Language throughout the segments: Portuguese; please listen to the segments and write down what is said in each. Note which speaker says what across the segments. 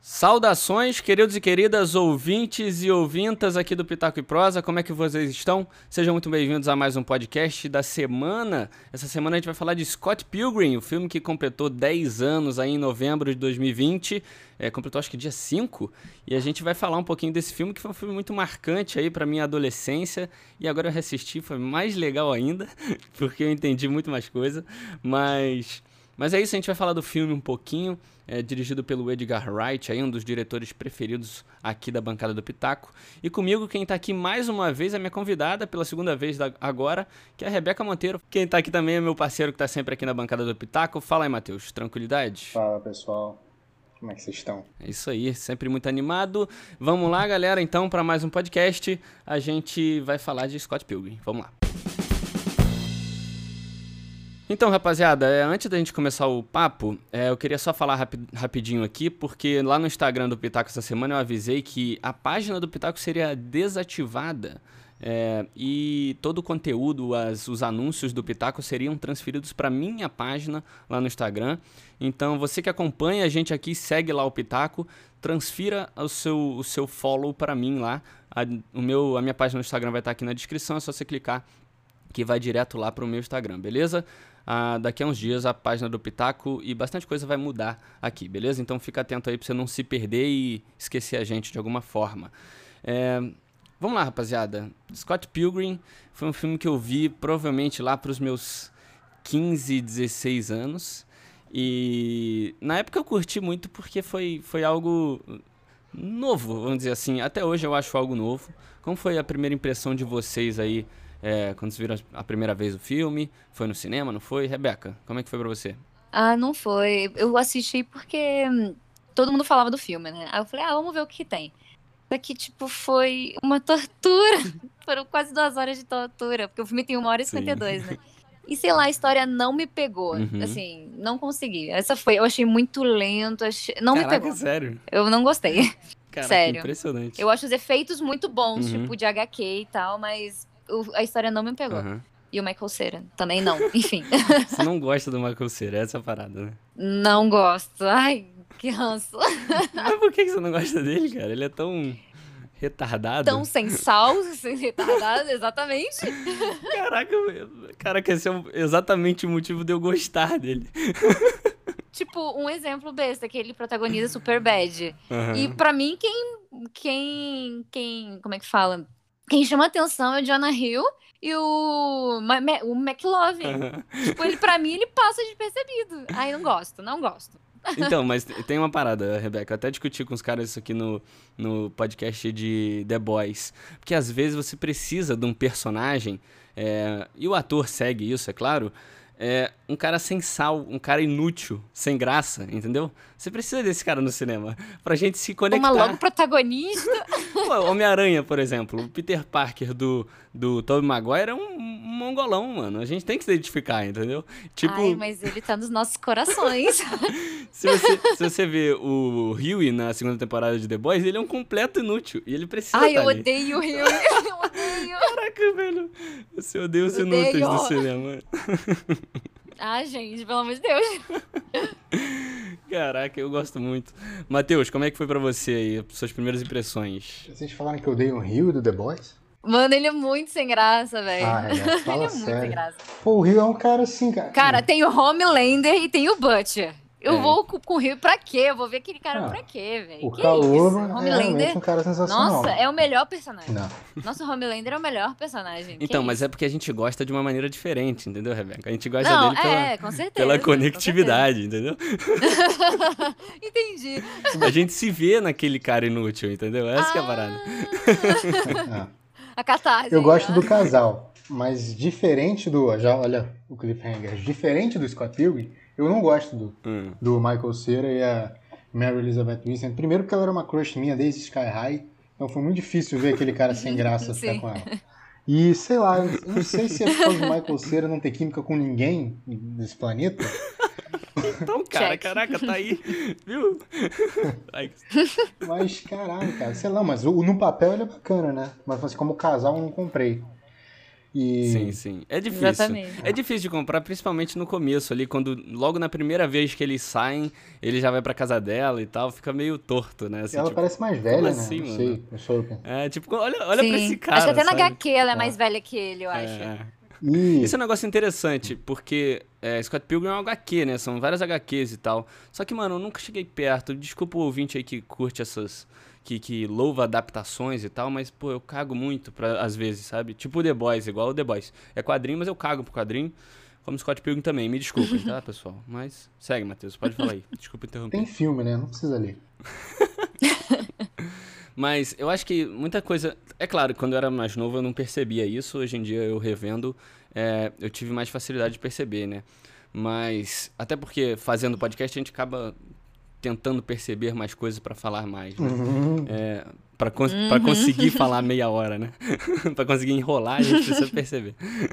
Speaker 1: Saudações, queridos e queridas ouvintes e ouvintas aqui do Pitaco e Prosa, como é que vocês estão? Sejam muito bem-vindos a mais um podcast da semana. Essa semana a gente vai falar de Scott Pilgrim, o filme que completou 10 anos aí em novembro de 2020, completou acho que dia 5, e a gente vai falar um pouquinho desse filme, que foi um filme muito marcante aí pra minha adolescência, e agora eu reassisti, foi mais legal ainda, porque eu entendi muito mais coisa, Mas é isso, a gente vai falar do filme um pouquinho, dirigido pelo Edgar Wright, aí um dos diretores preferidos aqui da bancada do Pitaco. E comigo, quem tá aqui mais uma vez, é minha convidada, pela segunda vez agora, que é a Rebeca Monteiro. Quem tá aqui também é meu parceiro que tá sempre aqui na bancada do Pitaco. Fala aí, Matheus, tranquilidade?
Speaker 2: Fala, pessoal. Como é que vocês estão?
Speaker 1: É isso aí, sempre muito animado. Vamos lá, galera, então, para mais um podcast. A gente vai falar de Scott Pilgrim. Vamos lá. Então, rapaziada, antes da gente começar o papo, eu queria só falar rapidinho aqui, porque lá no Instagram do Pitaco essa semana eu avisei que a página do Pitaco seria desativada e todo o conteúdo, os anúncios do Pitaco seriam transferidos para minha página lá no Instagram. Então, você que acompanha a gente aqui, segue lá o Pitaco, transfira o seu follow para mim lá. A minha página no Instagram vai estar aqui na descrição, é só você clicar que vai direto lá para o meu Instagram, beleza? Daqui a uns dias a página do Pitaco e bastante coisa vai mudar aqui, beleza? Então fica atento aí para você não se perder e esquecer a gente de alguma forma. Vamos lá, rapaziada. Scott Pilgrim foi um filme que eu vi provavelmente lá para os meus 15, 16 anos. E na época eu curti muito porque foi algo novo, vamos dizer assim. Até hoje eu acho algo novo. Como foi a primeira impressão de vocês aí? Quando vocês viram a primeira vez o filme, foi no cinema, não foi? Rebeca, como é que foi pra você?
Speaker 3: Não foi. Eu assisti porque todo mundo falava do filme, né? Aí eu falei, vamos ver o que tem. Só que, foi uma tortura. Foram quase 2 horas de tortura, porque o filme tem 1h52, né? E sei lá, a história não me pegou. Assim, não consegui. Eu achei muito lento, não me pegou.
Speaker 1: Sério?
Speaker 3: Eu não gostei.
Speaker 1: Caraca,
Speaker 3: sério.
Speaker 1: Impressionante.
Speaker 3: Eu acho os efeitos muito bons, tipo de HQ e tal, mas a história não me pegou. E o Michael Cera também não, enfim.
Speaker 1: Você não gosta do Michael Cera, essa é a parada, né?
Speaker 3: Não gosto. Ai, que ranço.
Speaker 1: Mas por que você não gosta dele, cara? Ele é tão retardado.
Speaker 3: Tão sem sal, sem retardado, exatamente.
Speaker 1: Caraca, esse é exatamente o motivo de eu gostar dele.
Speaker 3: Tipo, um exemplo besta, que ele protagoniza Superbad. E pra mim, quem como é que fala? Quem chama atenção é o Jonah Hill e o McLovin. Tipo, pra mim, ele passa despercebido. Ai, não gosto.
Speaker 1: Então, mas tem uma parada, Rebeca. Eu até discuti com os caras isso aqui no podcast de The Boys. Porque às vezes você precisa de um personagem, e o ator segue isso, é claro, um cara sem sal, um cara inútil, sem graça, entendeu? Você precisa desse cara no cinema, pra gente se conectar.
Speaker 3: Logo protagonista.
Speaker 1: Homem-Aranha, por exemplo, o Peter Parker do Tobey Maguire é um mongolão, mano. A gente tem que se identificar, entendeu? Tipo...
Speaker 3: Ai, mas ele tá nos nossos corações.
Speaker 1: Se você vê o Huey na segunda temporada de The Boys, ele é um completo inútil. E ele precisa
Speaker 3: Ai, eu odeio o Huey. Eu odeio.
Speaker 1: Caraca, velho. Você odeia os inúteis do cinema.
Speaker 3: Gente, pelo amor de Deus.
Speaker 1: Caraca, eu gosto muito. Matheus, como é que foi pra você aí, suas primeiras impressões?
Speaker 2: Vocês falaram que eu odeio o Rio do The Boys?
Speaker 3: Mano, ele é muito sem graça, velho.
Speaker 2: Fala
Speaker 3: ele é
Speaker 2: sério.
Speaker 3: muito sem graça.
Speaker 2: Pô, o Rio é um cara assim, cara.
Speaker 3: Cara, tem o Homelander e tem o Butcher. Eu vou com o Rio pra quê? Eu vou ver aquele cara pra quê, velho?
Speaker 2: O Calouro é realmente um cara sensacional.
Speaker 3: Nossa, é o melhor personagem.
Speaker 2: Não.
Speaker 3: Nossa, o Homelander é o melhor personagem.
Speaker 1: Então, mas é porque a gente gosta de uma maneira diferente, entendeu, Rebeca? A gente gosta dele
Speaker 3: com certeza,
Speaker 1: pela conectividade, entendeu?
Speaker 3: Entendi.
Speaker 1: A gente se vê naquele cara inútil, entendeu? Essa que é a parada.
Speaker 3: A catarse.
Speaker 2: Eu gosto do casal, mas diferente olha o cliffhanger, diferente do Scott Pilgrim, eu não gosto do Michael Cera e a Mary Elizabeth Winstead. Primeiro porque ela era uma crush minha desde Sky High, então foi muito difícil ver aquele cara sem graça ficar com ela. E sei lá, eu não sei se é por causa do Michael Cera não ter química com ninguém desse planeta.
Speaker 1: Então, caraca, tá aí, viu?
Speaker 2: Mas, caralho, cara, sei lá, mas no papel ele é bacana, né? Mas assim, como casal eu não comprei.
Speaker 1: Sim, sim. É difícil.
Speaker 3: Exatamente.
Speaker 1: É difícil de comprar, principalmente no começo ali, quando logo na primeira vez que eles saem, ele já vai pra casa dela e tal, fica meio torto, né? Assim,
Speaker 2: Ela
Speaker 1: tipo,
Speaker 2: parece mais
Speaker 1: como
Speaker 2: velha, né?
Speaker 1: assim,
Speaker 2: Não
Speaker 1: mano?
Speaker 2: sei, eu sou...
Speaker 1: É, tipo, olha pra esse
Speaker 3: Sim. Acho que
Speaker 1: cara,
Speaker 3: até na
Speaker 1: sabe?
Speaker 3: HQ ela é
Speaker 2: É.
Speaker 3: mais velha que ele, eu
Speaker 1: É,
Speaker 3: acho.
Speaker 1: é.
Speaker 2: E...
Speaker 1: Isso é um negócio interessante, porque Scott Pilgrim é um HQ, né? São várias HQs e tal. Só que, mano, eu nunca cheguei perto. Desculpa o ouvinte aí que curte essas... Que louva adaptações e tal, mas, pô, eu cago muito às vezes, sabe? Tipo o The Boys, igual o The Boys. É quadrinho, mas eu cago pro quadrinho. Como Scott Pilgrim também. Me desculpem, tá, pessoal? Mas segue, Matheus. Pode falar aí. Desculpa interromper.
Speaker 2: tem filme, né? Não precisa ler.
Speaker 1: Mas eu acho que muita coisa. É claro, quando eu era mais novo eu não percebia isso. Hoje em dia eu revendo, eu tive mais facilidade de perceber, né? Mas. Até porque fazendo podcast a gente acaba tentando perceber mais coisas pra falar mais, né? Pra conseguir falar meia hora, né? Pra conseguir enrolar a gente precisa perceber.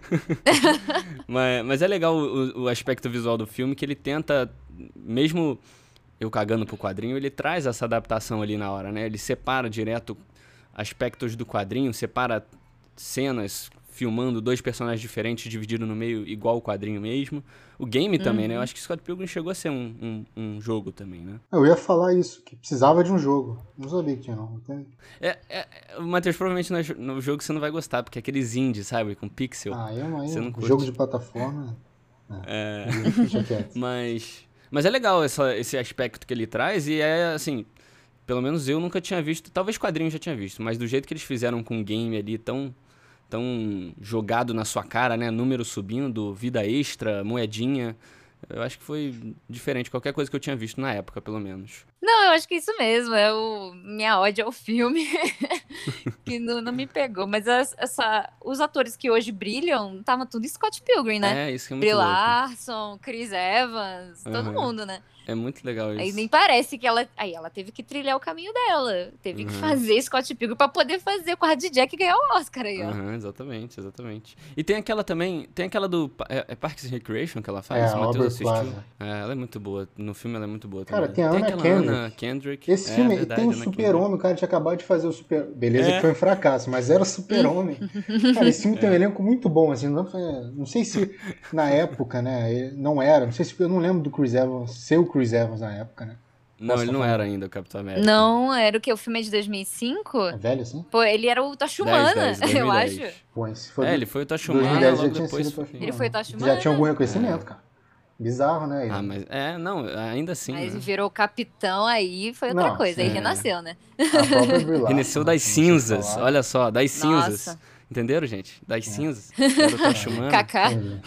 Speaker 1: Mas é legal o aspecto visual do filme, que ele tenta, mesmo eu cagando pro quadrinho, ele traz essa adaptação ali na hora, né? Ele separa direto aspectos do quadrinho, separa cenas filmando dois personagens diferentes, dividido no meio, igual o quadrinho mesmo. O game também, né? Eu acho que Scott Pilgrim chegou a ser um jogo também, né?
Speaker 2: Eu ia falar isso, que precisava de um jogo. Não sabia que tinha, não.
Speaker 1: Matheus, provavelmente no jogo você não vai gostar, porque é aqueles indie, sabe? Com pixel. Você não curte.
Speaker 2: Jogo de plataforma. Deixa quieto.
Speaker 1: Mas é legal esse aspecto que ele traz e assim, pelo menos eu nunca tinha visto, talvez quadrinho já tinha visto, mas do jeito que eles fizeram com o game ali, tão jogado na sua cara, né? Número subindo, vida extra, moedinha. Eu acho que foi diferente de qualquer coisa que eu tinha visto na época, pelo menos.
Speaker 3: Não, eu acho que é isso mesmo. Minha ódio ao filme que não me pegou. Mas os atores que hoje brilham, estavam tudo em Scott Pilgrim, né?
Speaker 1: Isso que é muito
Speaker 3: Brie
Speaker 1: louco.
Speaker 3: Larson, Chris Evans, todo mundo, né?
Speaker 1: É muito legal isso.
Speaker 3: Aí nem parece que ela teve que trilhar o caminho dela. Teve que fazer Scott Pilgrim pra poder fazer o quarto de Jack e ganhar o Oscar aí, ó.
Speaker 1: Exatamente. E tem aquela também, do Parks and Recreation que ela faz, o Matheus assistiu.
Speaker 2: Plaza.
Speaker 1: Ela é muito boa, no filme ela é muito boa
Speaker 2: Cara,
Speaker 1: também.
Speaker 2: tem a Anna
Speaker 1: aquela
Speaker 2: Kendrick.
Speaker 1: Anna Kendrick.
Speaker 2: Esse filme
Speaker 1: verdade,
Speaker 2: tem o
Speaker 1: Anna
Speaker 2: Super-Homem, o cara tinha acabado de fazer o Super... Beleza que foi um fracasso, mas era o Super-Homem. Cara, esse filme tem um elenco muito bom, assim, não sei se na época, né, não era, não sei se eu não lembro do Chris Evans, ser o Chris Evans na época, né?
Speaker 1: Não, ele não era ainda o Capitão América.
Speaker 3: Não, era o que? O filme é de 2005?
Speaker 2: É velho assim?
Speaker 3: Pô, ele era o Tocha Humana,
Speaker 1: 2010.
Speaker 3: eu acho.
Speaker 2: Pô, esse foi
Speaker 1: Ele foi o Tocha Humana,
Speaker 2: 2010
Speaker 1: logo
Speaker 2: já tinha
Speaker 1: depois
Speaker 2: sido o Tocha
Speaker 3: Ele foi o Tocha
Speaker 2: Já
Speaker 3: Humana.
Speaker 2: tinha algum reconhecimento, cara. Bizarro, né?
Speaker 1: mas não, ainda assim,
Speaker 3: Mas
Speaker 1: né?
Speaker 3: virou capitão aí, foi outra coisa. Aí renasceu, né?
Speaker 2: A própria Brie Larson,
Speaker 1: Renasceu das
Speaker 2: como vocês
Speaker 1: cinzas,
Speaker 2: falaram.
Speaker 1: olha só, das cinzas.
Speaker 3: Nossa.
Speaker 1: Entenderam, gente? Das cinzas. Era o Tocha Humana.
Speaker 3: Kaká.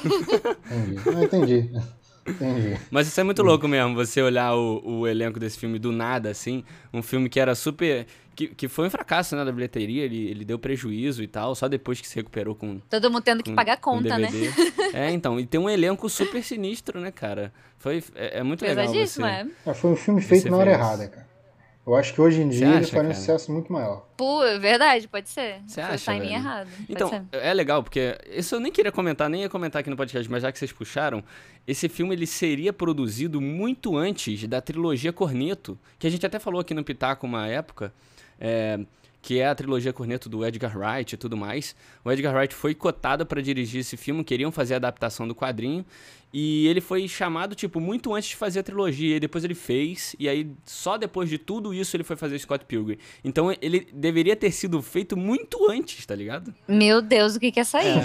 Speaker 2: Entendi.
Speaker 1: Mas isso é muito louco mesmo, você olhar o elenco desse filme do nada, assim. Um filme que era super... Que foi um fracasso, né, da bilheteria. Ele deu prejuízo e tal, só depois que se recuperou com
Speaker 3: Todo mundo tendo que pagar a
Speaker 1: com
Speaker 3: conta, né?
Speaker 1: DVD. Então, e tem um elenco super sinistro, né, cara? É muito legal você...
Speaker 3: Pesadíssimo, é.
Speaker 2: Foi um filme feito na hora
Speaker 1: vê isso.
Speaker 2: errada, cara. Eu acho que hoje em dia ele
Speaker 1: acha,
Speaker 2: faria um
Speaker 1: cara?
Speaker 2: sucesso muito maior.
Speaker 3: Pô, verdade, pode ser.
Speaker 1: Você
Speaker 3: Foi
Speaker 1: acha,
Speaker 3: o timing
Speaker 1: velho?
Speaker 3: errado.
Speaker 1: Então,
Speaker 3: pode ser.
Speaker 1: é legal, porque isso eu nem queria comentar, nem ia comentar aqui no podcast, mas já que vocês puxaram, esse filme ele seria produzido muito antes da trilogia Cornetto, que a gente até falou aqui no Pitaco uma época, que é a trilogia Cornetto do Edgar Wright e tudo mais. O Edgar Wright foi cotado para dirigir esse filme, queriam fazer a adaptação do quadrinho, e ele foi chamado, tipo, muito antes de fazer a trilogia, e depois ele fez, e aí só depois de tudo isso ele foi fazer Scott Pilgrim. Então ele deveria ter sido feito muito antes, tá ligado?
Speaker 3: Meu Deus, o que é sair?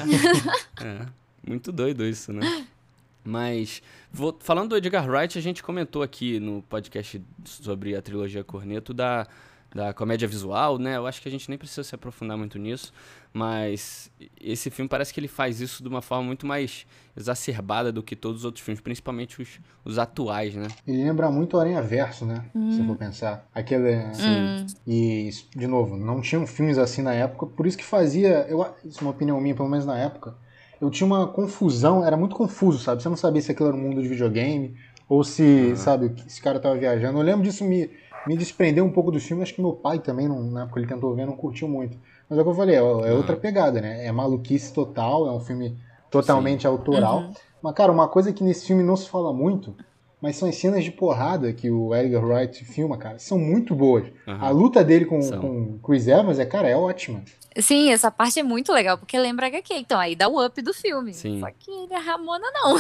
Speaker 1: Muito doido isso, né? Mas, falando do Edgar Wright, a gente comentou aqui no podcast sobre a trilogia Cornetto da comédia visual, né? Eu acho que a gente nem precisa se aprofundar muito nisso, mas esse filme parece que ele faz isso de uma forma muito mais exacerbada do que todos os outros filmes, principalmente os atuais, né?
Speaker 2: Ele lembra muito o Aranha Verso, né? Se for pensar. Aquele... E, de novo, não tinham filmes assim na época, por isso que fazia... Isso é uma opinião minha, pelo menos na época. Eu tinha uma confusão, era muito confuso, sabe? Você não sabia se aquilo era um mundo de videogame, ou se, sabe, esse cara tava viajando. Eu lembro disso me desprendeu um pouco do filme, acho que meu pai também, na época que ele tentou ver, não curtiu muito. Mas é o que eu falei, é outra pegada, né? É maluquice total, é um filme totalmente autoral. Mas, cara, uma coisa que nesse filme não se fala muito mas são as cenas de porrada que o Edgar Wright filma, cara, são muito boas.
Speaker 1: Aham.
Speaker 2: A luta dele com Chris Evans é ótima.
Speaker 3: Sim, essa parte é muito legal, porque lembra HQ. Então, aí dá o up do filme.
Speaker 1: Sim.
Speaker 3: Só que ele é Ramona, não.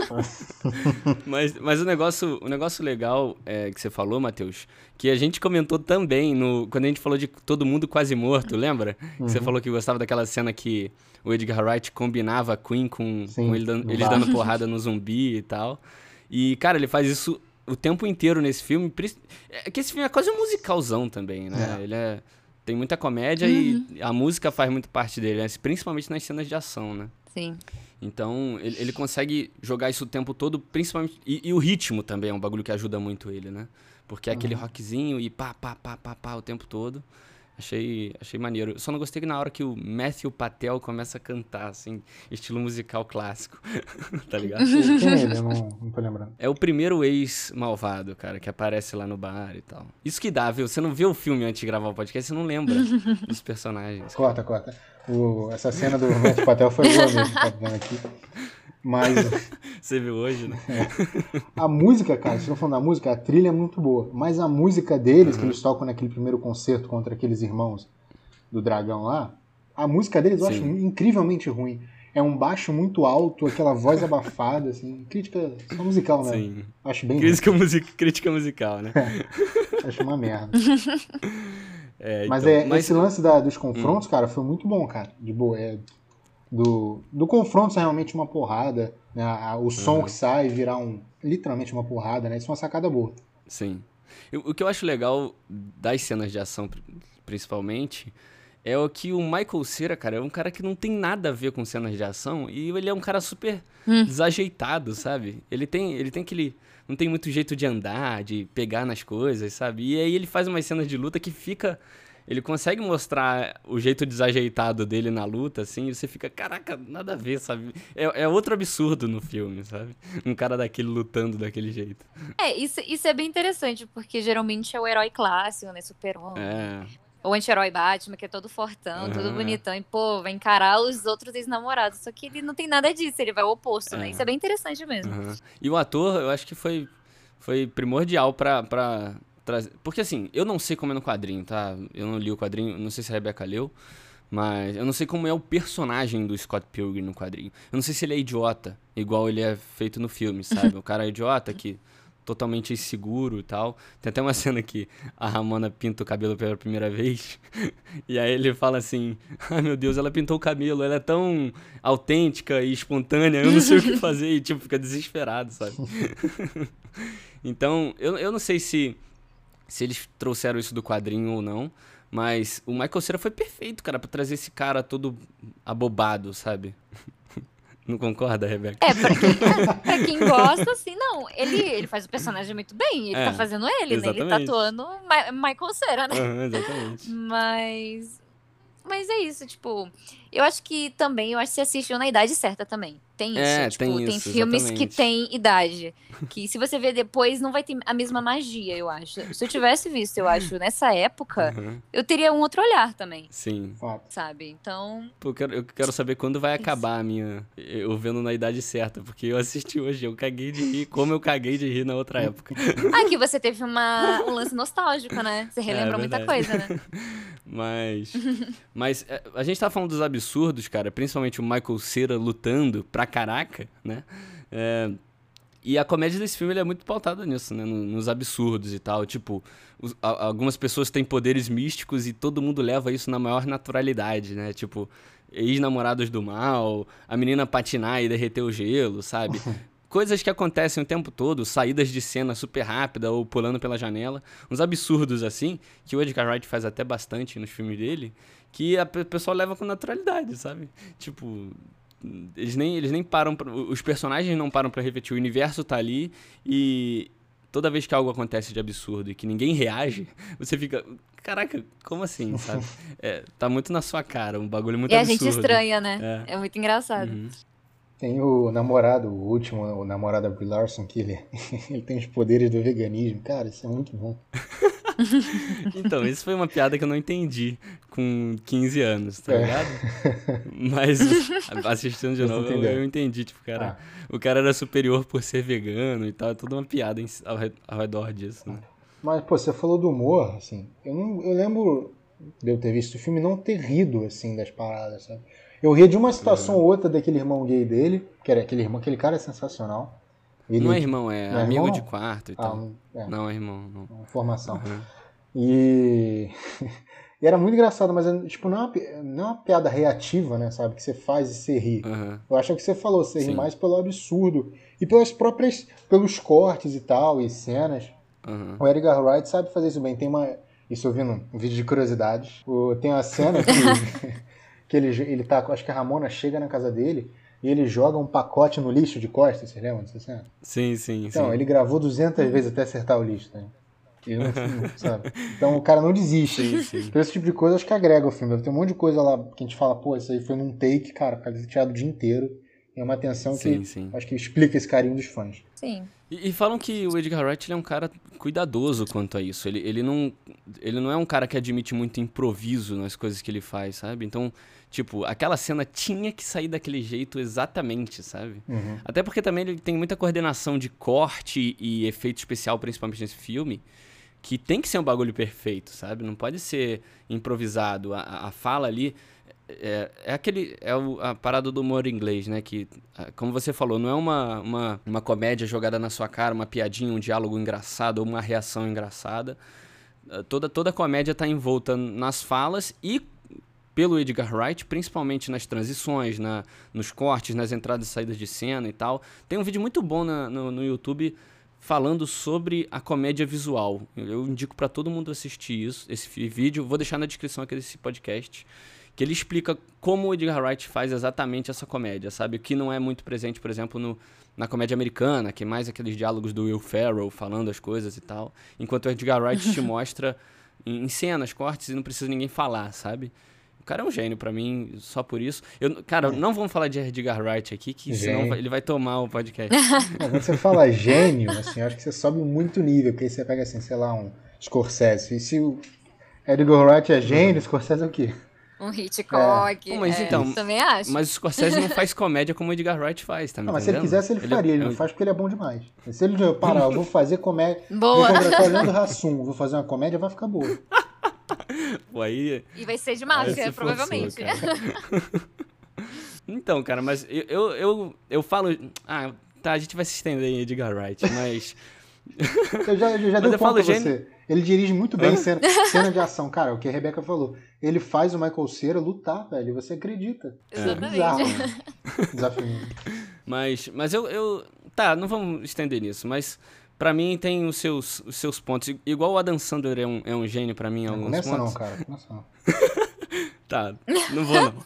Speaker 1: Mas o negócio legal que você falou, Matheus, que a gente comentou também quando a gente falou de Todo Mundo Quase Morto, lembra? Que você falou que gostava daquela cena que o Edgar Wright combinava a Queen com eles dando porrada no zumbi e tal. E, cara, ele faz isso o tempo inteiro nesse filme. Que esse filme é quase um musicalzão também, né? Ele tem muita comédia e a música faz muito parte dele, né? Principalmente nas cenas de ação, né?
Speaker 3: Sim.
Speaker 1: Então, ele consegue jogar isso o tempo todo, principalmente... E o ritmo também é um bagulho que ajuda muito ele, né? Porque é aquele rockzinho e pá, pá, pá, pá, pá o tempo todo. Achei maneiro. Só não gostei que na hora que o Matthew Patel começa a cantar, assim, estilo musical clássico. Tá ligado?
Speaker 2: Quem é ele? Eu não tô lembrando.
Speaker 1: É o primeiro ex-malvado, cara, que aparece lá no bar e tal. Isso que dá, viu? Você não viu o filme antes de gravar o podcast, você não lembra dos personagens.
Speaker 2: Corta. Essa cena do Matthew Patel foi boa mesmo, tá vendo aqui. Mas
Speaker 1: Você viu hoje, né?
Speaker 2: a música, cara, se não falando da música, a trilha é muito boa. Mas a música deles, que eles tocam naquele primeiro concerto contra aqueles irmãos do dragão lá, a música deles eu acho incrivelmente ruim. É um baixo muito alto, aquela voz abafada, assim. Crítica só musical, né?
Speaker 1: Sim.
Speaker 2: Acho bem
Speaker 1: Crítica musical, né?
Speaker 2: Acho uma merda.
Speaker 1: Mas
Speaker 2: esse lance dos confrontos, cara, foi muito bom, cara. De boa. Do confronto é realmente uma porrada, né? O som que sai virar literalmente uma porrada, né? Isso é uma sacada boa.
Speaker 1: Sim. O que eu acho legal das cenas de ação, principalmente, é o que o Michael Cera, cara, é um cara que não tem nada a ver com cenas de ação e ele é um cara super desajeitado, sabe? Ele tem aquele... Não tem muito jeito de andar, de pegar nas coisas, sabe? E aí ele faz umas cenas de luta que fica... Ele consegue mostrar o jeito desajeitado dele na luta, assim, e você fica, caraca, nada a ver, sabe? É outro absurdo no filme, sabe? Um cara daquele lutando daquele jeito.
Speaker 3: Isso é bem interessante, porque geralmente é o herói clássico, né? Super-Homem. O anti-herói Batman, que é todo fortão, todo bonitão, e, pô, vai encarar os outros ex-namorados. Só que ele não tem nada disso, ele vai ao oposto, né? Isso é bem interessante mesmo.
Speaker 1: E o ator, eu acho que foi primordial pra trazer... Porque, assim, eu não sei como é no quadrinho, tá? Eu não li o quadrinho, não sei se a Rebeca leu, mas eu não sei como é o personagem do Scott Pilgrim no quadrinho. Eu não sei se ele é idiota, igual ele é feito no filme, sabe? O cara é idiota que... totalmente inseguro e tal. Tem até uma cena que a Ramona pinta o cabelo pela primeira vez e aí ele fala assim, ai meu Deus, ela pintou o cabelo, ela é tão autêntica e espontânea, eu não sei o que fazer, e tipo, fica desesperado, sabe? Então, eu não sei se eles trouxeram isso do quadrinho ou não, mas o Michael Cera foi perfeito, cara, pra trazer esse cara todo abobado, sabe? Não concorda, Rebeca?
Speaker 3: Pra quem gosta, assim, não. Ele faz o personagem muito bem. Ele tá fazendo ele,
Speaker 1: exatamente.
Speaker 3: né? Ele tá atuando Michael Cera, né?
Speaker 1: Exatamente.
Speaker 3: Mas é isso, tipo... Eu acho que você assistiu na idade certa também. Tem isso. Tem filmes
Speaker 1: exatamente.
Speaker 3: que tem idade. Que se você ver depois, não vai ter a mesma magia, eu acho. Se eu tivesse visto, eu acho, nessa época, eu teria um outro olhar também.
Speaker 1: Sim.
Speaker 3: Sabe? Então...
Speaker 1: Pô, eu quero saber quando vai acabar a minha... Eu vendo na idade certa, porque eu assisti hoje, eu caguei de rir, como eu caguei de rir na outra época.
Speaker 3: Que você teve um lance nostálgico, né? Você relembra muita coisa, né?
Speaker 1: Mas a gente tá falando dos absurdos, cara, principalmente o Michael Cera lutando pra caraca, né? E a comédia desse filme ele é muito pautada nisso, né? Nos absurdos e tal. Tipo, algumas pessoas têm poderes místicos e todo mundo leva isso na maior naturalidade, né? Tipo, ex-namorados do mal, a menina patinar e derreter o gelo, sabe? Coisas que acontecem o tempo todo, saídas de cena super rápida ou pulando pela janela. Uns absurdos assim, que o Edgar Wright faz até bastante nos filmes dele, que a pessoa leva com naturalidade, sabe? Tipo... Eles nem param os personagens não param pra refletir, o universo tá ali e toda vez que algo acontece de absurdo e que ninguém reage, você fica, caraca, como assim, sabe? Tá muito na sua cara, um bagulho muito absurdo.
Speaker 3: E a gente estranha, né? É muito engraçado.
Speaker 2: Tem o namorado, o namorado da Brie Larson, que ele tem os poderes do veganismo. Cara, isso é muito bom.
Speaker 1: Então, isso foi uma piada que eu não entendi. com 15 anos, tá ligado? Mas assistindo de novo, eu entendi, tipo, cara, o cara era superior por ser vegano e tal, é tudo uma piada ao redor disso, né?
Speaker 2: Mas, pô, você falou do humor, assim, eu lembro de eu ter visto o filme e não ter rido, assim, das paradas, sabe? Eu ria de uma situação ou outra daquele irmão gay dele, que era aquele cara é sensacional. Ele,
Speaker 1: não é irmão, é amigo
Speaker 2: irmão,
Speaker 1: de quarto e tal. Não é irmão, não.
Speaker 2: Formação. E era muito engraçado, mas tipo, não é uma piada reativa, né, sabe? Que você faz e você ri. Eu acho que você falou, você ri mais pelo absurdo e pelos cortes e tal, e cenas. O Edgar Wright sabe fazer isso bem. Isso eu vi num vídeo de curiosidades. Tem uma cena que ele tá, acho que a Ramona chega na casa dele e ele joga um pacote no lixo de costas, você lembra dessa cena?
Speaker 1: Sim.
Speaker 2: Então, ele gravou 200 vezes até acertar o lixo, né? Ele não, sabe? Então o cara não desiste.
Speaker 1: Sim.
Speaker 2: Então esse tipo de coisa acho que agrega o filme. Tem um monte de coisa lá que a gente fala, pô, isso aí foi num take, cara, o cara tem tirado o dia inteiro. É uma atenção que acho que explica esse carinho dos fãs.
Speaker 3: Sim.
Speaker 1: E falam que o Edgar Wright ele é um cara cuidadoso quanto a isso. Ele não é um cara que admite muito improviso nas coisas que ele faz, sabe? Então, tipo, aquela cena tinha que sair daquele jeito exatamente, sabe? Até porque também ele tem muita coordenação de corte e efeito especial, principalmente nesse filme, que tem que ser um bagulho perfeito, sabe? Não pode ser improvisado. A fala ali a parada do humor inglês, né? Que, como você falou, não é uma comédia jogada na sua cara, uma piadinha, um diálogo engraçado ou uma reação engraçada. Toda comédia tá envolta nas falas e pelo Edgar Wright, principalmente nas transições, nos cortes, nas entradas e saídas de cena e tal. Tem um vídeo muito bom no YouTube falando sobre a comédia visual. Eu indico para todo mundo assistir esse vídeo. Vou deixar na descrição aqui desse podcast, que ele explica como o Edgar Wright faz exatamente essa comédia, sabe? O que não é muito presente, por exemplo, na comédia americana, que é mais aqueles diálogos do Will Ferrell falando as coisas e tal, enquanto o Edgar Wright te mostra em cenas, cortes, e não precisa ninguém falar, sabe? O cara é um gênio pra mim, só por isso. Não vamos falar de Edgar Wright aqui, que senão ele vai tomar o podcast.
Speaker 2: Quando você fala gênio, assim, eu acho que você sobe muito nível, porque aí você pega, assim, sei lá, um Scorsese. E se o Edgar Wright é gênio, Scorsese é o quê?
Speaker 3: Um Hitchcock.
Speaker 1: Mas então,
Speaker 3: também acho.
Speaker 1: Mas o Scorsese não faz comédia como o Edgar Wright faz, tá me entendendo?
Speaker 2: Mas se ele quisesse, ele faria. Ele não faz porque ele é bom demais. Se ele parar, eu vou fazer comédia.
Speaker 3: Boa.
Speaker 2: Vou contratar o Leandro Hassum, vou fazer uma comédia, vai ficar boa.
Speaker 1: Pô, aí...
Speaker 3: E vai ser de máfia, provavelmente.
Speaker 1: Então, cara, mas eu falo... Tá, a gente vai se estender em Edgar Wright, mas...
Speaker 2: Eu já dei ponto pra você. Ele dirige muito bem cena de ação. Cara, o que a Rebeca falou. Ele faz o Michael Cera lutar, velho. Você acredita.
Speaker 3: Exatamente.
Speaker 2: É bizarro, né? Desafio.
Speaker 1: Mas eu... Tá, não vamos estender nisso, mas... Pra mim tem os seus pontos. Igual o Adam Sandler é um gênio pra mim em alguns pontos.
Speaker 2: Não, cara. Começa não.
Speaker 1: Tá, não vou não.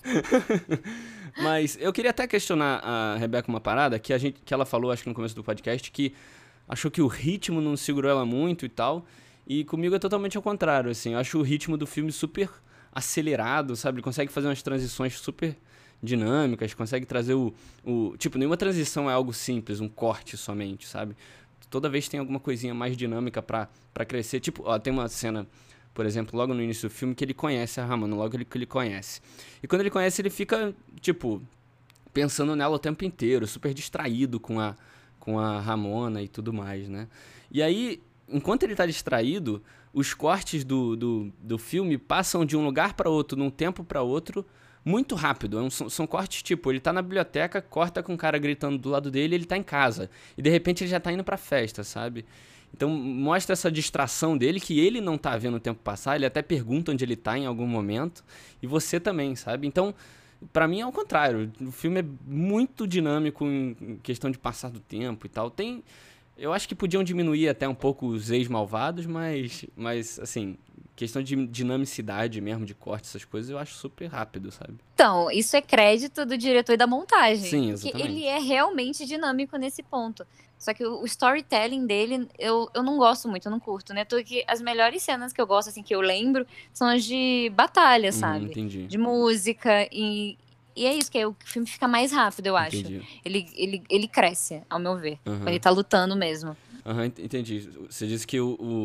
Speaker 1: Mas eu queria até questionar a Rebeca uma parada que ela falou, acho que no começo do podcast, que achou que o ritmo não segurou ela muito e tal. E comigo é totalmente ao contrário, assim. Eu acho o ritmo do filme super acelerado, sabe? Ele consegue fazer umas transições super dinâmicas, consegue trazer Tipo, nenhuma transição é algo simples, um corte somente, sabe? Toda vez tem alguma coisinha mais dinâmica pra crescer. Tipo, tem uma cena, por exemplo, logo no início do filme, que ele conhece a Ramona, logo que ele conhece. E quando ele conhece, ele fica, tipo, pensando nela o tempo inteiro, super distraído com a Ramona e tudo mais, né? E aí, enquanto ele tá distraído, os cortes do filme passam de um lugar pra outro, num tempo pra outro, muito rápido. São cortes tipo, ele tá na biblioteca, corta com um cara gritando do lado dele, ele tá em casa. E de repente ele já tá indo pra festa, sabe? Então mostra essa distração dele, que ele não tá vendo o tempo passar, ele até pergunta onde ele tá em algum momento, e você também, sabe? Então, pra mim é o contrário. O filme é muito dinâmico em questão de passar do tempo e tal. Eu acho que podiam diminuir até um pouco os ex-malvados, mas assim... Questão de dinamicidade mesmo, de corte, essas coisas, eu acho super rápido, sabe?
Speaker 3: Então, isso é crédito do diretor e da montagem.
Speaker 1: Sim, exatamente.
Speaker 3: Porque ele é realmente dinâmico nesse ponto. Só que o storytelling dele, eu não gosto muito, eu não curto, né? Porque as melhores cenas que eu gosto, assim, que eu lembro, são as de batalha, sabe?
Speaker 1: Entendi.
Speaker 3: De música e é isso, que aí o filme fica mais rápido, eu acho.
Speaker 1: Entendi.
Speaker 3: Ele cresce, ao meu ver, quando ele tá lutando mesmo.
Speaker 1: Entendi. Você disse que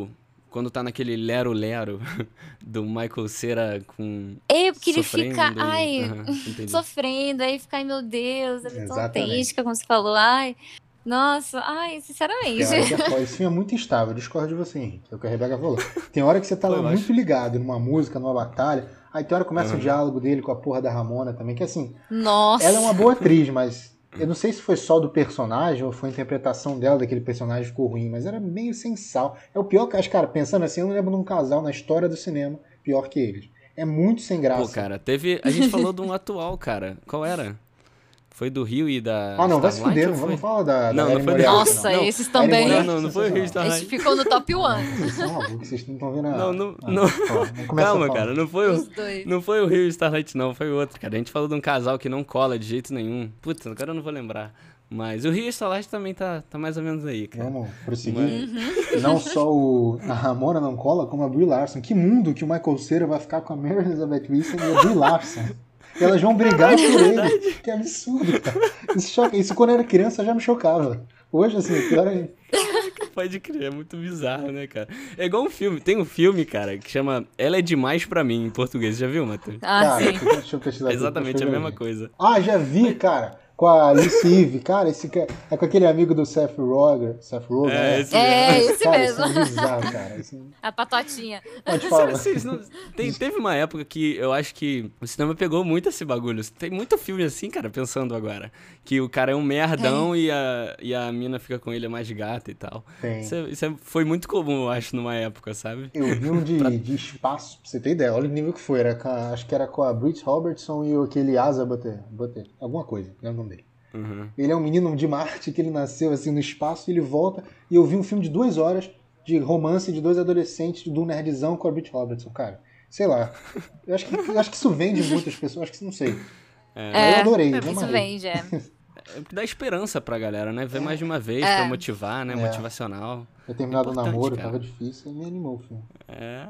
Speaker 1: quando tá naquele lero-lero do Michael Cera com...
Speaker 3: É, porque ele
Speaker 1: sofrendo
Speaker 3: fica,
Speaker 1: e- Aham, entendi.
Speaker 3: sofrendo, aí fica, ai meu Deus, ela é tão
Speaker 2: Exatamente.
Speaker 3: autêntica, como você falou, ai, nossa, ai, sinceramente.
Speaker 2: Tem hora que é foda. Esse filme é muito instável, eu discordo de você, Henrique. É o que a Rebeca falou. Tem hora que você tá
Speaker 1: Pô,
Speaker 2: lá
Speaker 1: eu
Speaker 2: muito
Speaker 1: acho.
Speaker 2: ligado numa música, numa batalha. Aí tem hora que começa o
Speaker 1: Aham.
Speaker 2: diálogo dele com a porra da Ramona também, que assim,
Speaker 3: Nossa.
Speaker 2: ela é uma boa atriz, mas eu não sei se foi só do personagem ou foi a interpretação dela daquele personagem ficou ruim, mas era meio sem sal. É o pior que acho, cara, pensando assim, eu não lembro de um casal na história do cinema pior que eles. É muito sem graça.
Speaker 1: Pô, cara, teve... A gente falou de um atual, cara. Qual era? Foi do Rio e da
Speaker 2: Ah, não, vai se
Speaker 1: Starlight
Speaker 2: fuder,
Speaker 1: ou
Speaker 2: não
Speaker 1: foi?
Speaker 2: vamos falar da
Speaker 1: Não, não
Speaker 2: Erin
Speaker 1: foi do-
Speaker 2: Moriarty,
Speaker 3: Nossa,
Speaker 1: Não.
Speaker 3: esses
Speaker 2: Erin
Speaker 3: também.
Speaker 2: Moriarty
Speaker 1: Não foi o Rio e
Speaker 2: sensacional.
Speaker 3: Esse
Speaker 1: Starlight.
Speaker 3: ficou no top 1.
Speaker 2: Vocês são malucos, vocês não estão vendo a...
Speaker 1: Não,
Speaker 2: Ah,
Speaker 1: não.
Speaker 2: fala, não começa
Speaker 1: Calma,
Speaker 2: a falar.
Speaker 1: cara, não foi
Speaker 3: Os
Speaker 1: o...
Speaker 3: dois.
Speaker 1: Não foi o Rio e Starlight, não, foi o outro, cara. A gente falou de um casal que não cola de jeito nenhum. Putz, agora eu não vou lembrar. Mas o Rio e Starlight também tá mais ou menos aí, cara.
Speaker 2: Vamos prosseguir.
Speaker 1: Mas-
Speaker 2: Não só a Ramona não cola, como a Brie Larson. Que mundo que o Michael Cera vai ficar com a Mary Elizabeth Winstead e a Brie Larson. Elas vão brigar por ele. Que absurdo, cara. Isso quando eu era criança já me chocava. Hoje, assim, pior ainda.
Speaker 1: Pode crer, é muito bizarro, né, cara? É igual um filme, tem um filme, cara, que chama Ela é Demais Pra Mim, em português. Já viu, Matheus?
Speaker 3: Ah,
Speaker 2: Cara,
Speaker 3: sim.
Speaker 2: deixa eu pesquisar
Speaker 1: É
Speaker 2: aqui,
Speaker 1: exatamente
Speaker 2: deixa
Speaker 1: a
Speaker 2: eu
Speaker 1: mesma
Speaker 2: ver.
Speaker 1: coisa.
Speaker 2: Ah, já vi, cara. Com a Alice Eve. Cara, esse é com aquele amigo do Seth Rogen. Seth Rogen,
Speaker 1: É,
Speaker 2: né?
Speaker 1: esse
Speaker 3: É,
Speaker 1: mesmo.
Speaker 3: esse
Speaker 2: Cara,
Speaker 3: mesmo.
Speaker 2: isso é bizarro, cara. Isso...
Speaker 3: A patotinha.
Speaker 2: Pode falar.
Speaker 1: Vocês não- teve uma época que eu acho que o cinema pegou muito esse bagulho. Tem muito filme assim, cara, pensando agora. Que o cara é um merdão e a mina fica com ele, é mais gata e tal.
Speaker 2: Tem.
Speaker 1: Foi muito comum, eu acho, numa época, sabe?
Speaker 2: Eu vi um de espaço, pra você ter ideia. Olha o nível que foi. Acho que era com a Britt Robertson e aquele Asa Butler. Alguma coisa, não é o nome dele.
Speaker 1: Uhum.
Speaker 2: Ele é um menino de Marte que ele nasceu assim no espaço e ele volta. E eu vi um filme de 2 horas de romance de 2 adolescentes do nerdzão com a Britt Robertson, cara. Sei lá. Eu acho que isso vende muitas pessoas, acho que não sei. Eu adorei, eu
Speaker 3: Isso
Speaker 2: amarrei.
Speaker 3: vende, é.
Speaker 1: É porque dá esperança pra galera, né? Ver mais de uma vez pra motivar, né?
Speaker 2: É.
Speaker 1: Motivacional.
Speaker 2: Eu terminado o
Speaker 1: Importante,
Speaker 2: namoro,
Speaker 1: cara.
Speaker 2: tava difícil, e me animou o filme.
Speaker 1: É.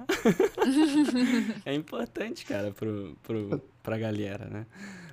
Speaker 1: É importante, cara, pra galera, né?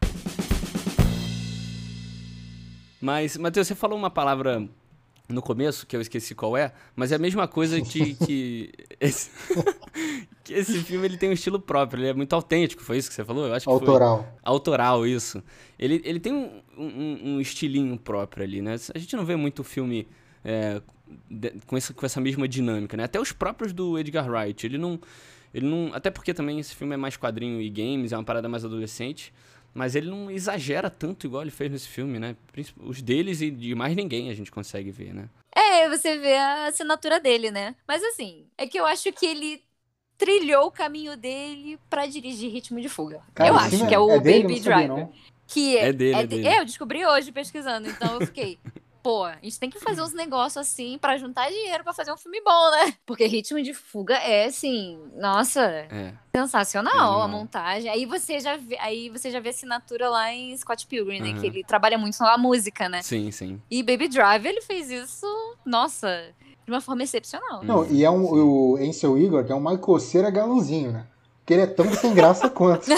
Speaker 1: Mas, Matheus, você falou uma palavra no começo, que eu esqueci qual é, mas é a mesma coisa que esse, que esse filme ele tem um estilo próprio, ele é muito autêntico, foi isso que você falou? Eu acho que
Speaker 2: Autoral.
Speaker 1: foi autoral, isso. Ele tem um estilinho próprio ali, né? A gente não vê muito filme com essa mesma dinâmica, né? Até os próprios do Edgar Wright, ele não... Até porque também esse filme é mais quadrinho e games, é uma parada mais adolescente, mas ele não exagera tanto igual ele fez nesse filme, né? Os deles e de mais ninguém a gente consegue ver, né?
Speaker 3: É, você vê a assinatura dele, né? Mas assim, é que eu acho que ele trilhou o caminho dele pra dirigir Ritmo de Fuga.
Speaker 2: Cara,
Speaker 3: eu
Speaker 2: esse
Speaker 3: acho
Speaker 2: filme
Speaker 3: que é o
Speaker 2: dele? Eu
Speaker 3: Baby
Speaker 2: não sabia,
Speaker 3: Driver.
Speaker 2: não.
Speaker 3: Que
Speaker 1: É dele.
Speaker 3: eu descobri hoje pesquisando, então eu fiquei, pô, a gente tem que fazer uns negócios assim pra juntar dinheiro pra fazer um filme bom, né? Porque Ritmo de Fuga é assim, nossa,
Speaker 1: É.
Speaker 3: sensacional a
Speaker 1: Animal.
Speaker 3: montagem. Aí você já vê a assinatura lá em Scott Pilgrim, né?
Speaker 1: Uhum.
Speaker 3: Que ele trabalha muito na música, né?
Speaker 1: Sim, sim.
Speaker 3: E Baby Driver, ele fez isso, nossa, de uma forma excepcional.
Speaker 2: Não, e é o Ansel Igor, que é um Michael Cera galãozinho, né? Porque ele é tão sem graça quanto.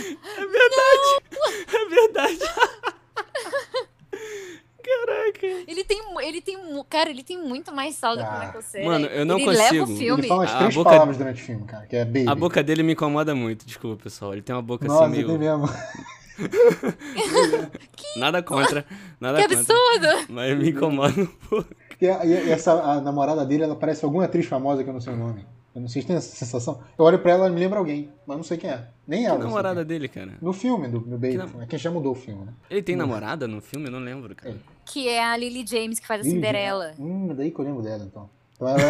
Speaker 1: É verdade. Caraca.
Speaker 3: Cara, ele tem muito mais saldo que o
Speaker 2: Ah.
Speaker 3: Michael Cera.
Speaker 1: Mano, eu não
Speaker 3: ele leva
Speaker 1: consigo.
Speaker 3: o filme.
Speaker 2: Ele fala umas
Speaker 1: A
Speaker 2: 3
Speaker 1: boca-
Speaker 2: palavras durante o filme, cara, que é baby.
Speaker 1: A boca dele me incomoda muito, desculpa, pessoal. Ele tem uma boca
Speaker 2: Nossa,
Speaker 1: assim
Speaker 2: tem
Speaker 1: meio...
Speaker 2: mesmo.
Speaker 1: Nada contra, nada
Speaker 3: Que
Speaker 1: contra.
Speaker 3: absurdo!
Speaker 1: Mas me incomoda um pouco.
Speaker 2: E a namorada dele, ela parece alguma atriz famosa que eu não sei o nome. Eu não sei se tem essa sensação. Eu olho pra ela, ela me lembra alguém, mas não sei quem é. Nem ela.
Speaker 1: Que
Speaker 2: não sei
Speaker 1: namorada
Speaker 2: quem é.
Speaker 1: dele, cara?
Speaker 2: No filme do Baby.
Speaker 1: Que
Speaker 2: É quem já mudou o filme, né?
Speaker 1: Ele tem namorada no filme? Eu não lembro, cara.
Speaker 3: Que é a Lily James, que faz a
Speaker 2: Lily
Speaker 3: Cinderela.
Speaker 2: James. Daí que eu lembro dela, então. Então ela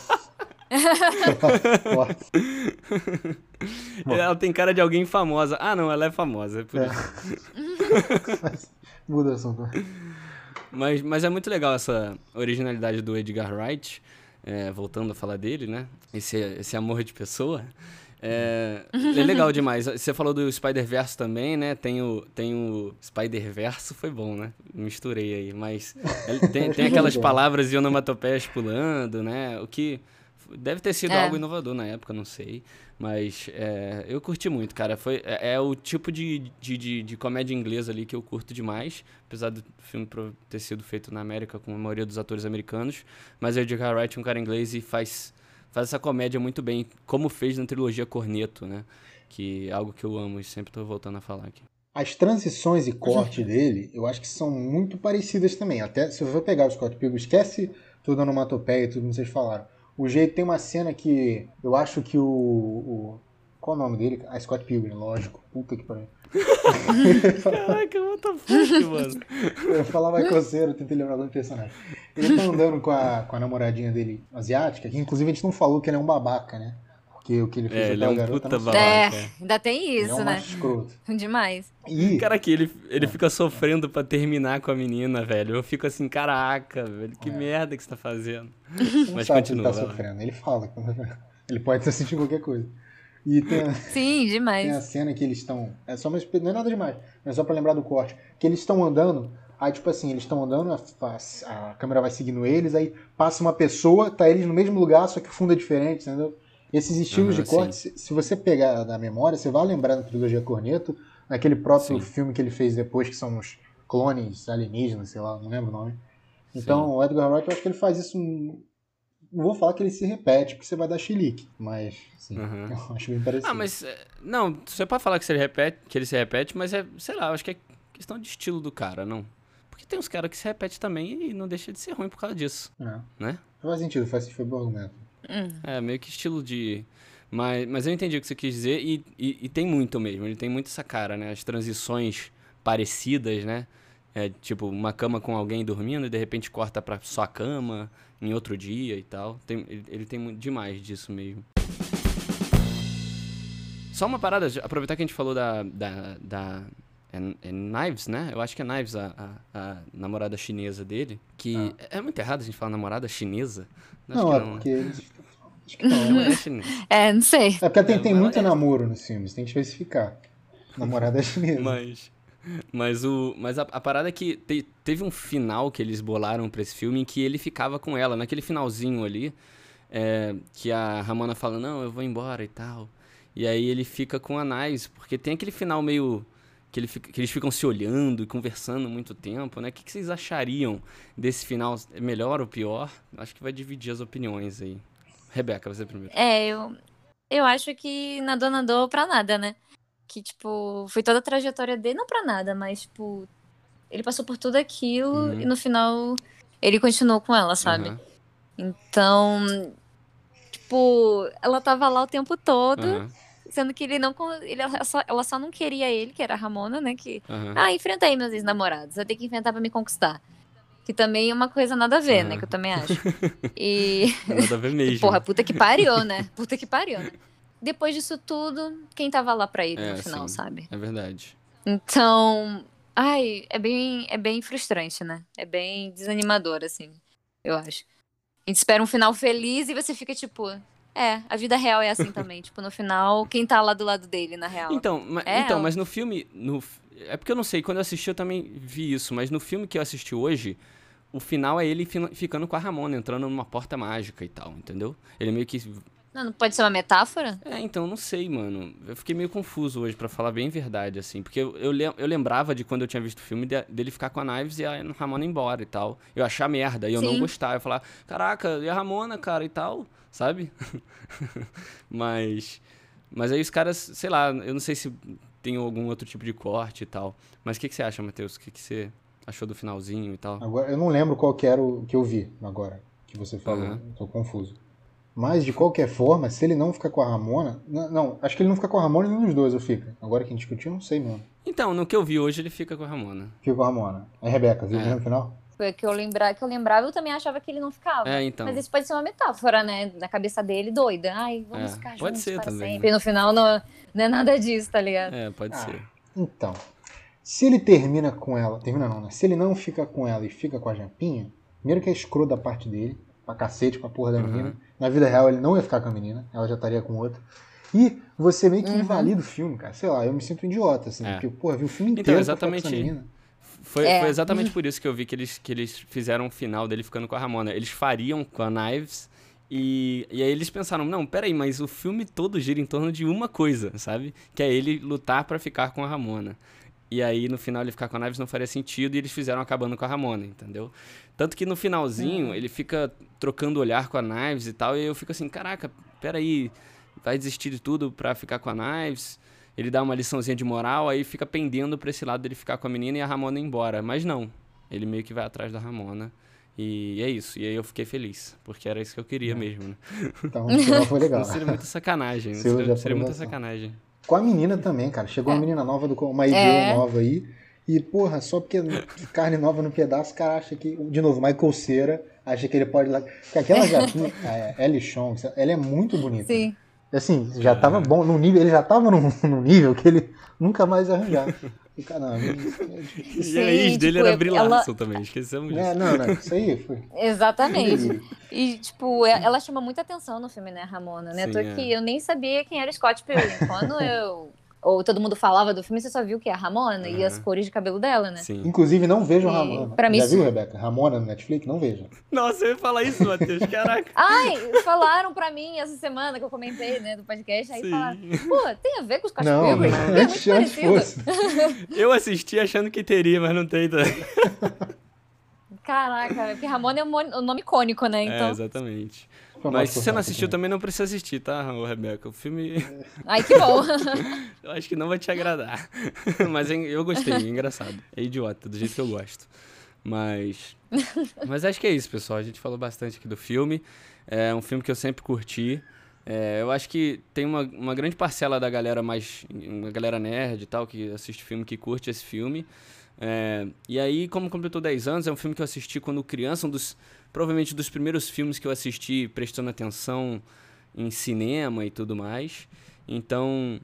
Speaker 2: é... Forte. Bom.
Speaker 1: Ela tem cara de alguém famosa. Ah, não, ela é famosa. É por
Speaker 2: É.
Speaker 1: isso.
Speaker 2: Muda o assunto.
Speaker 1: Mas é muito legal essa originalidade do Edgar Wright. Voltando a falar dele, né? Esse amor de pessoa. É legal demais. Você falou do Spider-Verse também, né? Tem o Spider-Verso, foi bom, né? Misturei aí, mas tem aquelas palavras e onomatopeias pulando, né? O que deve ter sido algo inovador na época, não sei. Mas eu curti muito, cara. É o tipo de comédia inglesa ali que eu curto demais, apesar do filme ter sido feito na América com a maioria dos atores americanos. Mas o Edgar Wright é um cara inglês e faz faz essa comédia muito bem, como fez na trilogia Corneto, né? Que é algo que eu amo e sempre tô voltando a falar aqui.
Speaker 2: As transições e corte dele, eu acho que são muito parecidas também. Até se você for pegar o Scott Pilgrim, esquece toda a onomatopeia e tudo que vocês falaram. O jeito, tem uma cena que eu acho que qual é o nome dele? Ah, Scott Pilgrim, lógico. Puta que pariu.
Speaker 1: Caraca, what the fuck, mano?
Speaker 2: Eu ia falar Michael Cera, eu tentei lembrar do personagem. Ele tá andando com a namoradinha dele asiática, que inclusive a gente não falou que ele é um babaca, né? Porque o que ele fez
Speaker 1: ele é um
Speaker 2: garota
Speaker 1: puta
Speaker 2: não
Speaker 1: babaca.
Speaker 3: Ainda tem
Speaker 2: ele
Speaker 3: isso,
Speaker 2: é um
Speaker 3: né?
Speaker 2: macho escroto.
Speaker 3: Demais.
Speaker 2: E
Speaker 1: Cara, que ele fica sofrendo pra terminar com a menina, velho. Eu fico assim, caraca, velho, que merda que você tá fazendo.
Speaker 2: você não
Speaker 1: Mas
Speaker 2: sabe
Speaker 1: continua,
Speaker 2: que ele tá
Speaker 1: vai lá.
Speaker 2: sofrendo. Ele fala. Ele pode estar sentindo qualquer coisa. E
Speaker 3: Sim,
Speaker 2: tem a
Speaker 3: demais.
Speaker 2: cena que eles estão... não é nada demais, mas só pra lembrar do corte. Que eles estão andando, aí tipo assim, eles estão andando, a câmera vai seguindo eles, aí passa uma pessoa, tá eles no mesmo lugar, só que o fundo é diferente, entendeu? Esses estilos de corte, se você pegar da memória, você vai lembrar da trilogia Corneto, naquele próprio filme que ele fez depois, que são os clones alienígenas, sei lá, não lembro o nome. Então, o Edgar Wright, eu acho que ele faz isso... Não vou falar que ele se repete, porque você vai dar chilique, mas, assim, eu acho bem parecido.
Speaker 1: Ah, mas... Não, você pode falar que ele se repete, mas sei lá, eu acho que é questão de estilo do cara, não? Porque tem uns caras que se repetem também e não deixa de ser ruim por causa disso, né?
Speaker 2: Faz sentido, foi bom argumento.
Speaker 1: É, meio que estilo de... Mas eu entendi o que você quis dizer e tem muito mesmo, ele tem muito essa cara, né? As transições parecidas, né? Tipo, uma cama com alguém dormindo e de repente corta pra sua cama em outro dia e tal. Ele tem muito demais disso mesmo. Só uma parada, aproveitar que a gente falou da Knives, né? Eu acho que é Knives, a namorada chinesa dele. Que é muito errado a gente falar namorada chinesa.
Speaker 2: Não,
Speaker 1: acho que
Speaker 2: porque... Acho que não,
Speaker 1: é chinesa.
Speaker 3: Não sei.
Speaker 2: É porque tem muito namoro nos filmes, tem que especificar. Namorada é chinesa.
Speaker 1: Mas a parada é que teve um final que eles bolaram pra esse filme em que ele ficava com ela. Naquele finalzinho ali, que a Ramona fala, não, eu vou embora e tal. E aí ele fica com a Knives, porque tem aquele final meio... Que eles ficam se olhando e conversando muito tempo, né? O que vocês achariam desse final? É melhor ou pior? Acho que vai dividir as opiniões aí. Rebeca, você primeiro.
Speaker 3: Eu acho que nadou pra nada, né? Que, tipo, foi toda a trajetória dele, não pra nada, mas, tipo, ele passou por tudo aquilo e no final ele continuou com ela, sabe? Então, tipo, ela tava lá o tempo todo, sendo que ela só não queria ele, que era a Ramona, né? Que, enfrenta aí meus ex-namorados, eu tenho que enfrentar pra me conquistar. Que também é uma coisa nada a ver, né? Que eu também acho. E...
Speaker 1: Nada a ver mesmo.
Speaker 3: Porra, puta que pariu, né? Puta que pariu, né? Depois disso tudo, quem tava lá pra ele no final, sabe?
Speaker 1: É verdade.
Speaker 3: Então, é bem frustrante, né? É bem desanimador, assim, eu acho. A gente espera um final feliz e você fica tipo... a vida real é assim também. Tipo, no final, quem tá lá do lado dele, na real?
Speaker 1: Mas no filme... É porque eu não sei, quando eu assisti eu também vi isso, mas no filme que eu assisti hoje, o final é ele ficando com a Ramona, entrando numa porta mágica e tal, entendeu? Ele meio que...
Speaker 3: Não pode ser uma metáfora?
Speaker 1: Então, não sei, mano. Eu fiquei meio confuso hoje, pra falar bem a verdade, assim. Porque eu lembrava de quando eu tinha visto o filme dele ficar com a Knives e a Ramona ir embora e tal. Eu achar merda e eu não gostar. Eu falar, caraca, e a Ramona, cara, e tal, sabe? Mas aí os caras, sei lá, eu não sei se tem algum outro tipo de corte e tal. Mas o que você acha, Matheus? O que você achou do finalzinho e tal?
Speaker 2: Agora, eu não lembro qual que era o que eu vi agora, que você falou. Tô confuso. Mas, de qualquer forma, se ele não ficar com a Ramona... Não, acho que ele não fica com a Ramona e nenhum dos dois eu fico. Agora que a gente discutiu, eu não sei mesmo.
Speaker 1: Então, no que eu vi hoje, ele fica com a Ramona.
Speaker 2: Fica com a Ramona. Aí, Rebeca, viu no final?
Speaker 3: Foi que eu lembrava, eu também achava que ele não ficava.
Speaker 1: Então.
Speaker 3: Mas isso pode ser uma metáfora, né? Na cabeça dele, doida. Ai, vamos ficar
Speaker 1: pode
Speaker 3: juntos
Speaker 1: ser
Speaker 3: para
Speaker 1: também,
Speaker 3: sempre. E no final não é nada disso, tá ligado?
Speaker 1: Pode ser.
Speaker 2: Então, se ele termina com ela... Termina não, né? Se ele não fica com ela e fica com a Japinha, primeiro que é escroto da parte dele, pra cacete, pra porra da menina. Na vida real, ele não ia ficar com a menina, ela já estaria com outra. E você meio que invalida o filme, cara. Sei lá, eu me sinto um idiota, assim. Porque, porra, vi o filme inteiro
Speaker 1: exatamente,
Speaker 2: com essa menina.
Speaker 1: Foi exatamente por isso que eu vi que eles fizeram o final dele ficando com a Ramona. Eles fariam com a Knives e aí eles pensaram, não, peraí, mas o filme todo gira em torno de uma coisa, sabe? Que é ele lutar pra ficar com a Ramona. E aí, no final, ele ficar com a Knives não faria sentido e eles fizeram acabando com a Ramona, entendeu? Tanto que no finalzinho, ele fica trocando olhar com a Knives e tal, e eu fico assim, caraca, peraí, vai desistir de tudo pra ficar com a Knives? Ele dá uma liçãozinha de moral, aí fica pendendo pra esse lado dele ficar com a menina e a Ramona ir embora. Mas não, ele meio que vai atrás da Ramona. E é isso, e aí eu fiquei feliz, porque era isso que eu queria mesmo, né?
Speaker 2: Então, o final foi legal.
Speaker 1: Não seria muita sacanagem, seria muita sacanagem.
Speaker 2: Com a menina também, cara. Chegou uma menina nova, uma girl nova aí. E, porra, só porque carne nova no pedaço, o cara acha que... De novo, Michael Cera acha que ele pode ir lá... Porque aquela gatinha, a Ellie Chong, ela é muito bonita.
Speaker 3: Sim.
Speaker 2: Assim, já tava bom no nível... Ele já tava num nível que ele nunca mais ia arranjar. E, caramba...
Speaker 1: E a ex dele era Brie Larson também, esquecemos disso.
Speaker 2: Não, isso aí foi...
Speaker 3: Exatamente. E, tipo, ela chama muita atenção no filme, né, Ramona? Né? Que eu nem sabia quem era Scott Pilgrim. Quando ou todo mundo falava do filme, você só viu que é a Ramona e as cores de cabelo dela, né?
Speaker 2: Sim. Inclusive, não vejam Ramona.
Speaker 3: Pra mim,
Speaker 2: já viu, Rebeca? Ramona no Netflix? Não veja.
Speaker 1: Nossa, eu ia falar isso, Matheus, caraca.
Speaker 3: Ai, falaram pra mim essa semana que eu comentei, né, do podcast, aí falaram, pô, tem a ver com os Scott Pilgrim?
Speaker 2: Não, antes fosse.
Speaker 1: Eu assisti achando que teria, mas não tem também.
Speaker 3: Caraca, porque Ramona é um nome icônico, né? Então...
Speaker 1: exatamente. Mas se você não assistiu, também não precisa assistir, tá, Rebeca? O filme...
Speaker 3: Ai, que bom.
Speaker 1: Eu acho que não vai te agradar. Mas eu gostei, é engraçado. É idiota, do jeito que eu gosto. Mas acho que é isso, pessoal. A gente falou bastante aqui do filme. É um filme que eu sempre curti. Eu acho que tem uma grande parcela da galera uma galera nerd e tal, que assiste filme, que curte esse filme. E aí, como completou 10 anos, é um filme que eu assisti quando criança, provavelmente dos primeiros filmes que eu assisti prestando atenção em cinema e tudo mais. Então,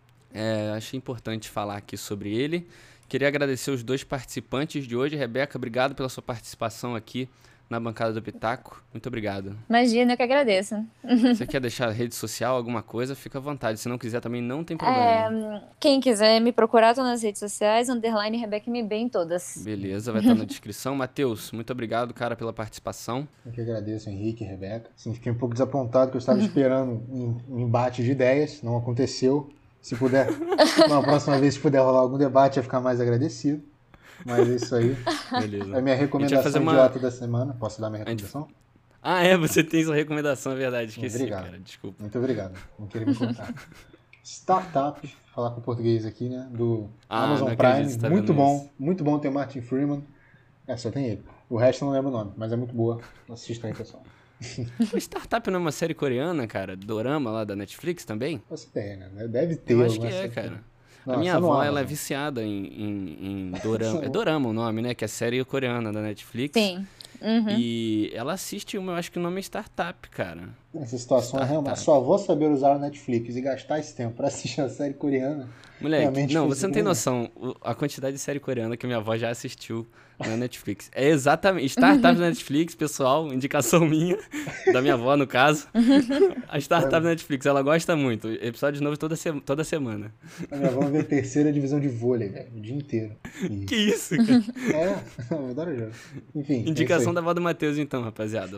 Speaker 1: achei importante falar aqui sobre ele. Queria agradecer os 2 participantes de hoje. Rebeca, obrigado pela sua participação aqui na bancada do Pitaco. Muito obrigado.
Speaker 3: Imagina, eu que agradeço.
Speaker 1: Você quer deixar rede social, alguma coisa? Fica à vontade. Se não quiser também, não tem problema.
Speaker 3: Quem quiser me procurar, tô nas redes sociais, _RebecaMB em todas.
Speaker 1: Beleza, vai estar na descrição. Matheus, muito obrigado, cara, pela participação.
Speaker 2: Eu que agradeço, Henrique e Rebeca. Assim, fiquei um pouco desapontado, que eu estava esperando um embate de ideias, não aconteceu. Se puder, na próxima vez, se puder rolar algum debate, eu ia ficar mais agradecido. Mas é isso aí.
Speaker 1: Beleza.
Speaker 2: É a minha recomendação idiota da semana. Posso dar minha recomendação?
Speaker 1: Você tem sua recomendação, é verdade. Esqueci,
Speaker 2: obrigado.
Speaker 1: Cara, desculpa.
Speaker 2: Muito obrigado. Não queria me contar. Startup, falar com o português aqui, né? Do Amazon Prime. Tá muito bom. Isso. Muito bom ter Martin Freeman. Só tem ele. O resto eu não lembro o nome, mas é muito boa. Assistam aí, pessoal.
Speaker 1: O Startup não é uma série coreana, cara? Dorama lá da Netflix também?
Speaker 2: Você tem, né? Deve ter.
Speaker 1: Eu acho que cara. Nossa, a minha avó, ela é viciada em dorama. É dorama o nome, né? Que é a série coreana da Netflix.
Speaker 3: Sim. Uhum.
Speaker 1: E ela assiste eu acho que o nome é Startup, cara.
Speaker 2: Nessa situação, realmente, sua avó saber usar o Netflix e gastar esse tempo pra assistir a série coreana...
Speaker 1: Moleque, não, você não tem noção a quantidade de série coreana que minha avó já assistiu na Netflix. É exatamente, Startup na Netflix, pessoal, indicação minha, da minha avó, no caso. A Startup na Netflix, ela gosta muito. Episódio novo toda semana.
Speaker 2: A minha avó vê a 3ª divisão de vôlei, velho, o dia inteiro.
Speaker 1: Que isso, cara?
Speaker 2: Eu adoro jogo. Enfim.
Speaker 1: Indicação da avó do Matheus, então, rapaziada.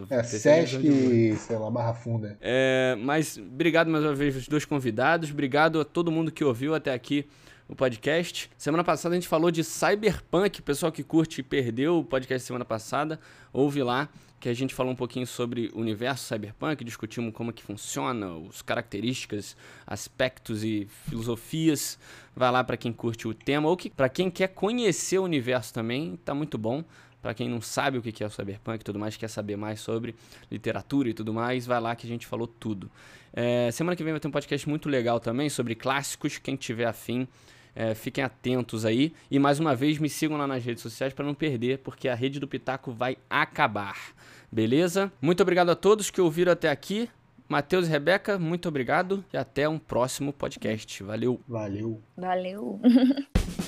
Speaker 2: Sesc, sei lá, Barra Funda.
Speaker 1: Mas obrigado mais uma vez aos 2 convidados. Obrigado a todo mundo que ouviu até aqui o podcast. Semana passada a gente falou de Cyberpunk. O pessoal que curte e perdeu o podcast semana passada, ouve lá, que a gente falou um pouquinho sobre o universo Cyberpunk, discutimos como que funciona, as características, aspectos e filosofias. Vai lá para quem curte o tema, ou para quem quer conhecer o universo também, tá muito bom. Para quem não sabe o que é o Cyberpunk e tudo mais, quer saber mais sobre literatura e tudo mais, vai lá que a gente falou tudo. Semana que vem vai ter um podcast muito legal também sobre clássicos. Quem tiver afim, fiquem atentos aí. E mais uma vez, me sigam lá nas redes sociais para não perder, porque a rede do Pitaco vai acabar. Beleza? Muito obrigado a todos que ouviram até aqui. Matheus e Rebeca, muito obrigado. E até um próximo podcast. Valeu.
Speaker 2: Valeu.
Speaker 3: Valeu.